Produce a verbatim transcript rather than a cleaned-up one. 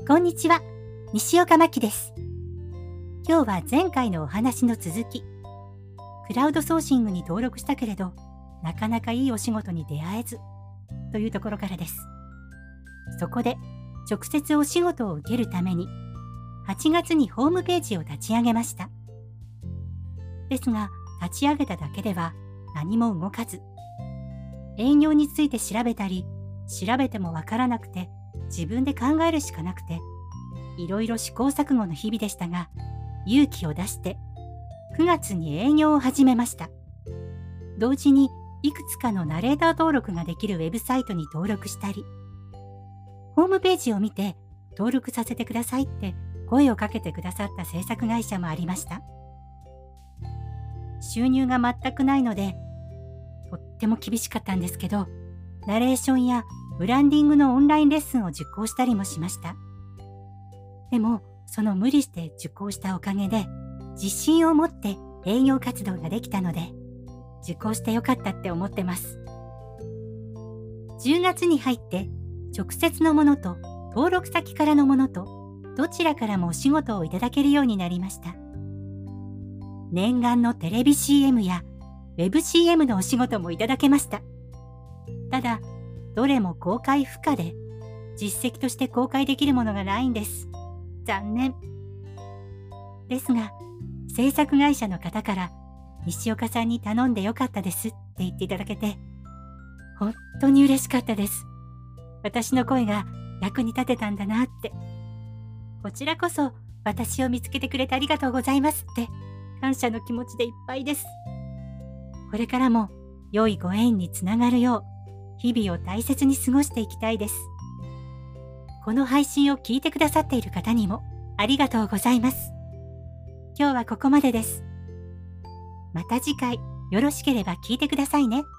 こんにちは、西岡真希です。今日は前回のお話の続き。クラウドソーシングに登録したけれど、なかなかいいお仕事に出会えず、というところからです。そこで、直接お仕事を受けるために、はちがつにホームページを立ち上げました。ですが、立ち上げただけでは何も動かず、営業について調べたり、調べてもわからなくて、自分で考えるしかなくて、いろいろ試行錯誤の日々でしたが、勇気を出してくがつに営業を始めました。同時にいくつかのナレーター登録ができるウェブサイトに登録したり、ホームページを見て登録させてくださいって声をかけてくださった制作会社もありました。収入が全くないので、とっても厳しかったんですけど、ナレーションやブランディングのオンラインレッスンを受講したりもしました。でも、その無理して受講したおかげで、自信を持って営業活動ができたので、受講してよかったって思ってます。じゅうがつに入って、直接のものと登録先からのものと、どちらからもお仕事をいただけるようになりました。念願のテレビ シーエム やウェブ シーエム のお仕事もいただけました。ただ、どれも公開不可で、実績として公開できるものがないんです。残念。ですが、制作会社の方から、西岡さんに頼んでよかったですって言っていただけて、本当に嬉しかったです。私の声が役に立てたんだなって。こちらこそ私を見つけてくれてありがとうございますって、感謝の気持ちでいっぱいです。これからも良いご縁につながるよう、日々を大切に過ごしていきたいです。この配信を聞いてくださっている方にもありがとうございます。今日はここまでです。また次回よろしければ聞いてくださいね。